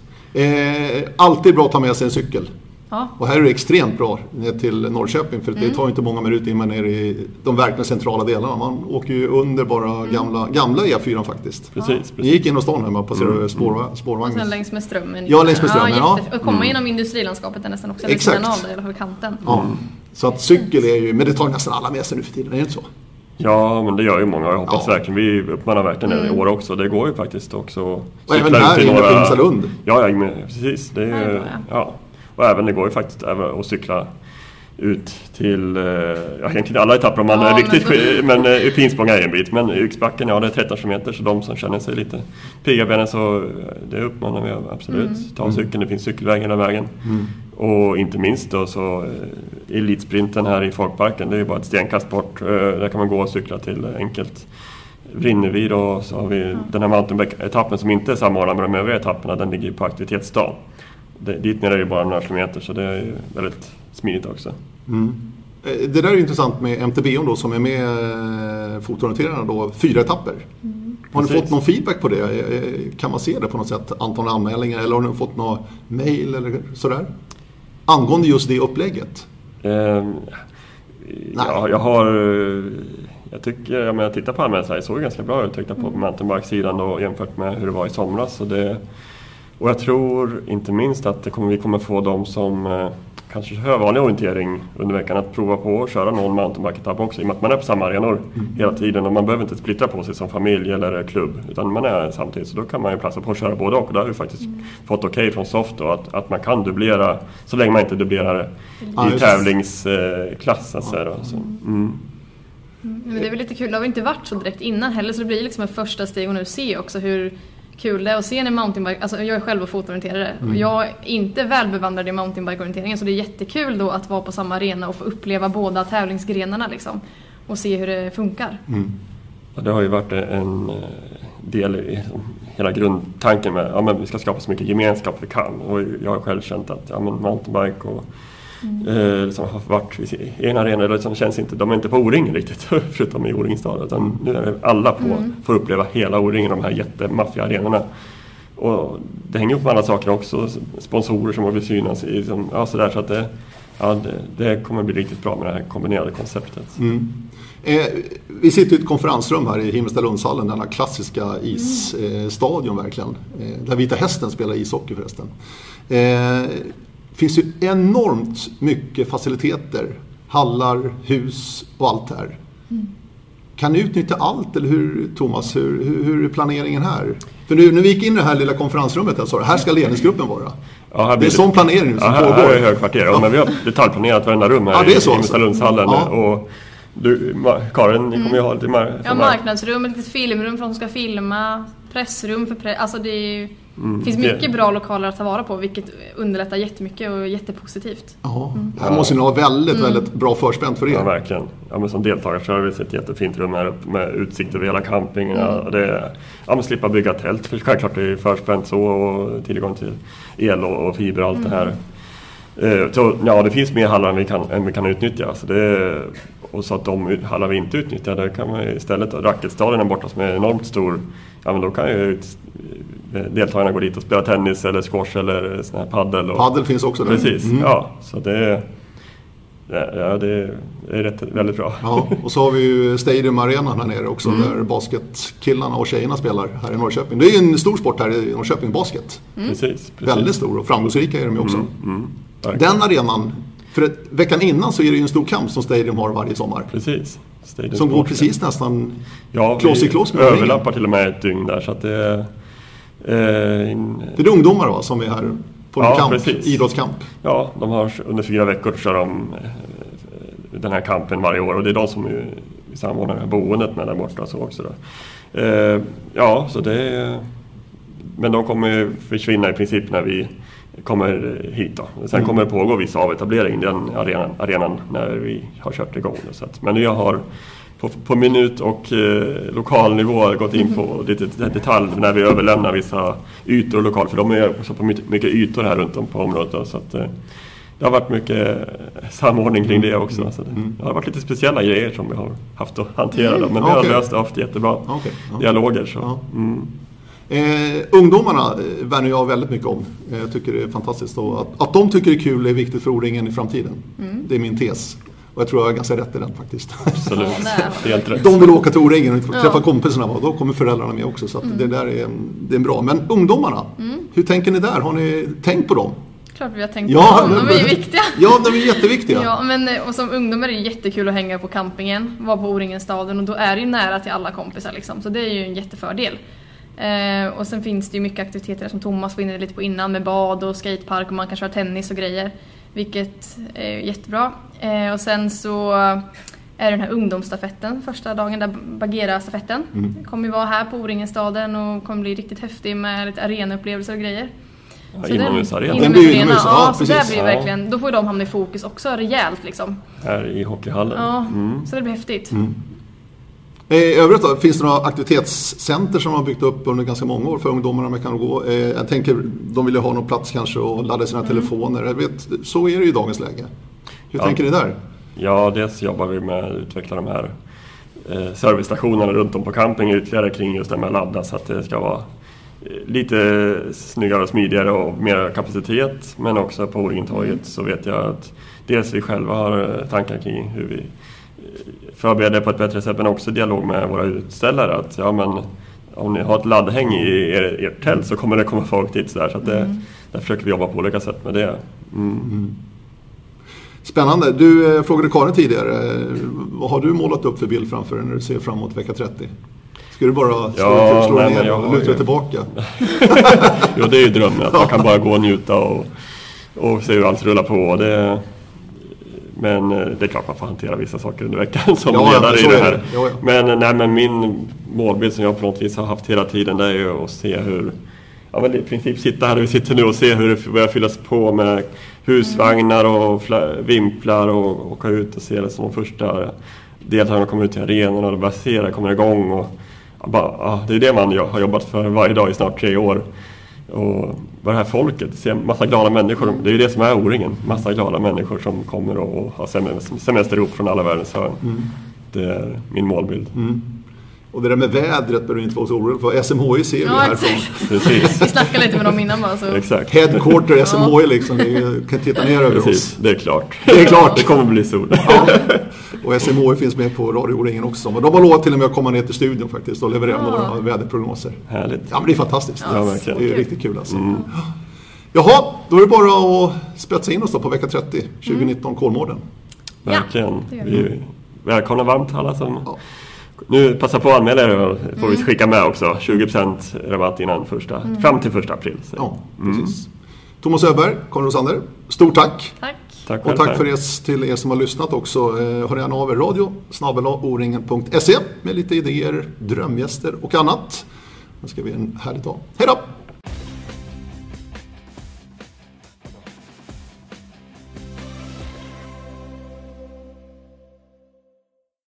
Eh, alltid bra att ta med sig en cykel. Ja. Och här är det extremt bra ner till Norrköping för mm. det tar inte många minuter in man är i de verkligen centrala delarna. Man åker ju under bara mm. gamla, gamla E fyra faktiskt. Precis, precis. Ni gick in och stan här, man passerade mm. spår, spårvagnen. Och sen längs med strömmen. Ja, längs med strömmen, ja. ja. Och komma mm. genom industrilandskapet är nästan också. Exakt. Av det, eller kanten. Ja. Mm. Så att cykel är ju, men det tar nästan alla med sig nu för tiden, är det inte så? Ja, men det gör ju många. Jag hoppas ja. verkligen. Vi uppmanar verkligen mm. det i år också. Det går ju faktiskt också. Och även här i några... Himmelstalund. Ja, ja, precis. Det är ju, ja, ja. Och även det går ju faktiskt även att cykla ut till, ja, egentligen alla etapper om man ja, är riktigt, men, men uh, Finspång är en bit, men Yxbacken, ja det är tretton kilometer, så de som känner sig lite pigga benen, så det uppmanar vi absolut. Mm. Ta cykeln, det finns cykelväg hela vägen. Mm. Och inte minst då så uh, elitsprinten här i Folkparken, det är ju bara ett stenkast bort, uh, där kan man gå och cykla till enkelt. Vrinnevi då, så har vi mm. den här mountainbike-etappen som inte är samordnad med de övriga etapperna, den ligger på aktivitetsdag. Det, dit ner är det bara några kilometer, så det är ju väldigt smidigt också. Mm. Det där är intressant med M T B då, som är med fotorienterarna då, fyra etapper. Mm. Har ni Precis. fått någon feedback på det? Kan man se det på något sätt? Antal anmälningar, eller har ni fått någon mail eller sådär? Angående just det upplägget? Um, ja, jag har... Jag tycker, jag menar, tittar på anmälningar så här, det såg ganska bra ut tyckte på mm. mountainbike-sidan då, jämfört med hur det var i somras. Så det, och jag tror inte minst att det kommer, vi kommer få de som eh, kanske kör vanlig orientering under veckan att prova på att köra någon mountainbike-etapp också. I och med att man är på samma arenor mm. hela tiden och man behöver inte splittra på sig som familj eller klubb, utan man är samtidigt. Så då kan man ju passa på att köra både och. Och då har vi faktiskt mm. fått okej okay från Soft då, att, att man kan dubblera så länge man inte dubblerar mm. i tävlingsklassen. Eh, mm. så. Mm. Mm, men det är väl lite kul, det har vi inte varit så direkt innan heller, så det blir liksom en första steg och nu se också hur kul det är att se en mountainbike, alltså jag är själv fotoorienterare mm. och jag är inte välbevandrad i mountainbike-orienteringen, så det är jättekul då att vara på samma arena och få uppleva båda tävlingsgrenarna liksom och se hur det funkar. Mm. Ja, det har ju varit en del i hela grundtanken med att ja, vi ska skapa så mycket gemenskap vi kan, och jag har själv känt att ja, men mountainbike och Mm. Eh, liksom har varit i en arena, eller liksom känns inte, de är inte på O-ringen riktigt förutom i O-ringstad, utan nu är det alla på mm. får uppleva hela O-ringen, de här jättemaffiga arenorna, och det hänger upp med andra saker också, sponsorer som vill synas i, som, ja, sådär, så att det, ja, det, det kommer bli riktigt bra med det här kombinerade konceptet. Mm. Eh, vi sitter i ett konferensrum här i Himmelstalundshallen, den här klassiska isstadion eh, verkligen, eh, där Vita Hästen spelar ishockey förresten. Eh, finns ju enormt mycket faciliteter, hallar, hus och allt här. Mm. Kan ni utnyttja allt, eller hur, Thomas? Hur, hur, hur är planeringen här? För nu när vi gick in i det här lilla konferensrummet, här, så här ska ledningsgruppen vara. Ja, här det är sån planering nu som ja, pågår. Här är högkvarter, ja. Men vi har detaljplanerat varenda rum här ja, det är så, i Himmelstalundshallen. Ja. Och du, Karin, ni kommer ju ha lite mar- ja, marknadsrum, ett litet filmrum för de som ska filma, pressrum för press. Alltså det är ju, mm, finns mycket det. bra lokaler att ta vara på, vilket underlättar jättemycket och är jättepositivt. Ja, mm. det här måste ju vara väldigt, mm. väldigt bra förspänt för er. Ja, verkligen. Ja, men som deltagare så har vi ett jättefint rum här uppe med utsikt över hela campingen. Mm. Ja, det, ja, men slippa bygga tält, för självklart är det förspänt så, och tillgång till el och, och fiber och allt mm. det här. Så, ja, det finns mer hallar än vi kan, än vi kan utnyttja. Så det, och så att de hallar vi inte utnyttjar, där kan man istället, racketstaden är borta som är enormt stor, ja, men då kan ju deltagarna gå dit och spela tennis eller squash eller sån här paddel. Och, paddel finns också där. Precis, mm. ja. Så det, ja, det är rätt, väldigt bra. Ja, och så har vi ju Stadium Arenan här nere också, mm. där basketkillarna och tjejerna spelar här i Norrköping. Det är ju en stor sport här i Norrköping, basket. Mm. Precis, precis. Väldigt stor och framgångsrika är de också. Mm, mm. Den arenan, för ett, veckan innan så är det ju en stor kamp som Stadium har varje sommar. Precis. Stadium som går precis nästan ja, kloss i kloss med överlappar till och med ett dygn där, så att det är... Eh, in... Det är ungdomar va, som är här på en ja, kamp, idrottskamp. Ja, de har under fyra veckor kör de eh, den här kampen varje år, och det är de som är, samordnar det här boendet med där borta så också då. Eh, ja, så det är... Men de kommer ju försvinna i princip när vi kommer hit då. Sen mm. kommer det pågå viss avetablering i den arenan, arenan när vi har kört igång. Så att, men jag har på, på minut- och eh, lokalnivå gått in på lite detalj när vi överlämnar vissa ytor och lokal, för de är så på mycket, mycket ytor här runt om på området då, så att eh, det har varit mycket samordning kring det också. Så det, det har varit lite speciella grejer som vi har haft att hantera då, men vi okay. har löst och haft jättebra okay. ja. dialoger. Så. Ja. Mm. Eh, ungdomarna värnar jag väldigt mycket om. Eh, jag tycker det är fantastiskt. Och att, att de tycker det är kul är viktigt för O-ringen i framtiden. Mm. Det är min tes. Och jag tror jag är ganska rätt i den faktiskt. Absolut. Helt rätt. De vill åka till O-ringen och träffa ja. kompisarna, och då kommer föräldrarna med också. Så att mm. det där är, det är bra. Men ungdomarna, mm. hur tänker ni där? Har ni tänkt på dem? Klart vi har tänkt på ja, dem. De är ju viktiga. Ja, de är jätteviktiga. Ja, men och som ungdomar är det jättekul att hänga på campingen, vara på O-ringenstaden, och då är det ju nära till alla kompisar liksom. Så det är ju en jättefördel. Eh, och sen finns det ju mycket aktiviteter som Thomas var inne lite på innan, med bad och skatepark, och man kan köra tennis och grejer, vilket är jättebra. Eh, och sen så är den här ungdomsstafetten första dagen, där Bagheera-stafetten mm. kommer ju vara här på O-ringenstaden och kommer bli riktigt häftig med lite arenaupplevelser och grejer. Ja, inomhusarena. Den blir inomhus, ja, ja, så där blir ja. verkligen, då får de hamna i fokus också rejält liksom. Här i hockeyhallen. Ja, mm. så det blir häftigt. Mm. I övrigt då, finns det några aktivitetscenter som har byggt upp under ganska många år för ungdomarna man kan gå? Jag tänker, de vill ju ha någon plats kanske och ladda sina mm. telefoner. Jag vet, så är det ju i dagens läge. Hur ja. tänker ni där? Ja, dels jobbar vi med att utveckla de här eh, servicestationerna runt om på camping ytterligare kring just det med att ladda så att det ska vara lite snyggare och smidigare och mer kapacitet. Men också på O-ringen-torget mm. så vet jag att dels vi själva har tankar kring hur vi förbereder på ett bättre sätt, men också dialog med våra utställare att ja, men om ni har ett laddhäng i er, ert tält så kommer det komma folk dit så där, så att det, mm. där försöker vi jobba på olika sätt med det. Mm. Mm. Spännande. Du eh, frågade Karin tidigare, vad har du målat upp för bild framför dig när du ser framåt vecka trettio? Ska du bara slå, ja, slå nej, ner jag och luta dig tillbaka? Jo, det är ju drömmen att man kan bara gå och njuta och, och se hur allt rullar på. Det, men det är klart man får hantera vissa saker under veckan som ja, ledare i det här. Ja, ja. Men, nej, men min målbild som jag på något vis har haft hela tiden, det är ju att se hur, ja, men i princip sitta här där vi sitter nu och se hur det börjar fyllas på med husvagnar och fl- vimplar och åka ut och se det som de första deltagarna kommer ut till arenan och det bara ser det kommer igång. Och, ja, bara, ja, det är det man har jobbat för varje dag i snart tre år. Och vad det här folket, se massa glada människor, det är ju det som är O-ringen, massa glada människor som kommer och har semester ihop från alla världens hörn. Mm. Det är min målbild. Mm. Och det där med vädret behöver inte vara så orolig för. S M H I ser vi ja, härifrån. Precis. Vi snackade lite med dem innan bara. Så. Exakt. Headquarter S M H I liksom, ni kan titta ner över Precis. oss. Det är klart. Det är klart. Det kommer bli sol. Ja. Och S M H I finns med på Radio O-ringen också. Och de har lovat till och med att komma ner till studion faktiskt och leverera ja. några väderprognoser. Härligt. Ja, men det är fantastiskt. Ja, verkligen. Det är riktigt kul alltså. Mm. Jaha, då är det bara att spetsa in oss då på vecka trettio, tjugonitton mm. Kolmården. Verkligen. Ja, vi välkomnar varmt alla som... Ja. Nu passa på att anmäla er och får mm. vi skicka med också. tjugo procent rabatt innan första, mm. fram till första april. Så. Ja, precis. Mm. Thomas Öberg, Karin Rosander, stort tack. Tack. Tack och tack för er, till er som har lyssnat också. Eh, hör gärna av er radio, snabel-a o-ringen punkt se med lite idéer, drömgäster och annat. Nu ska vi en härlig dag. Hej då!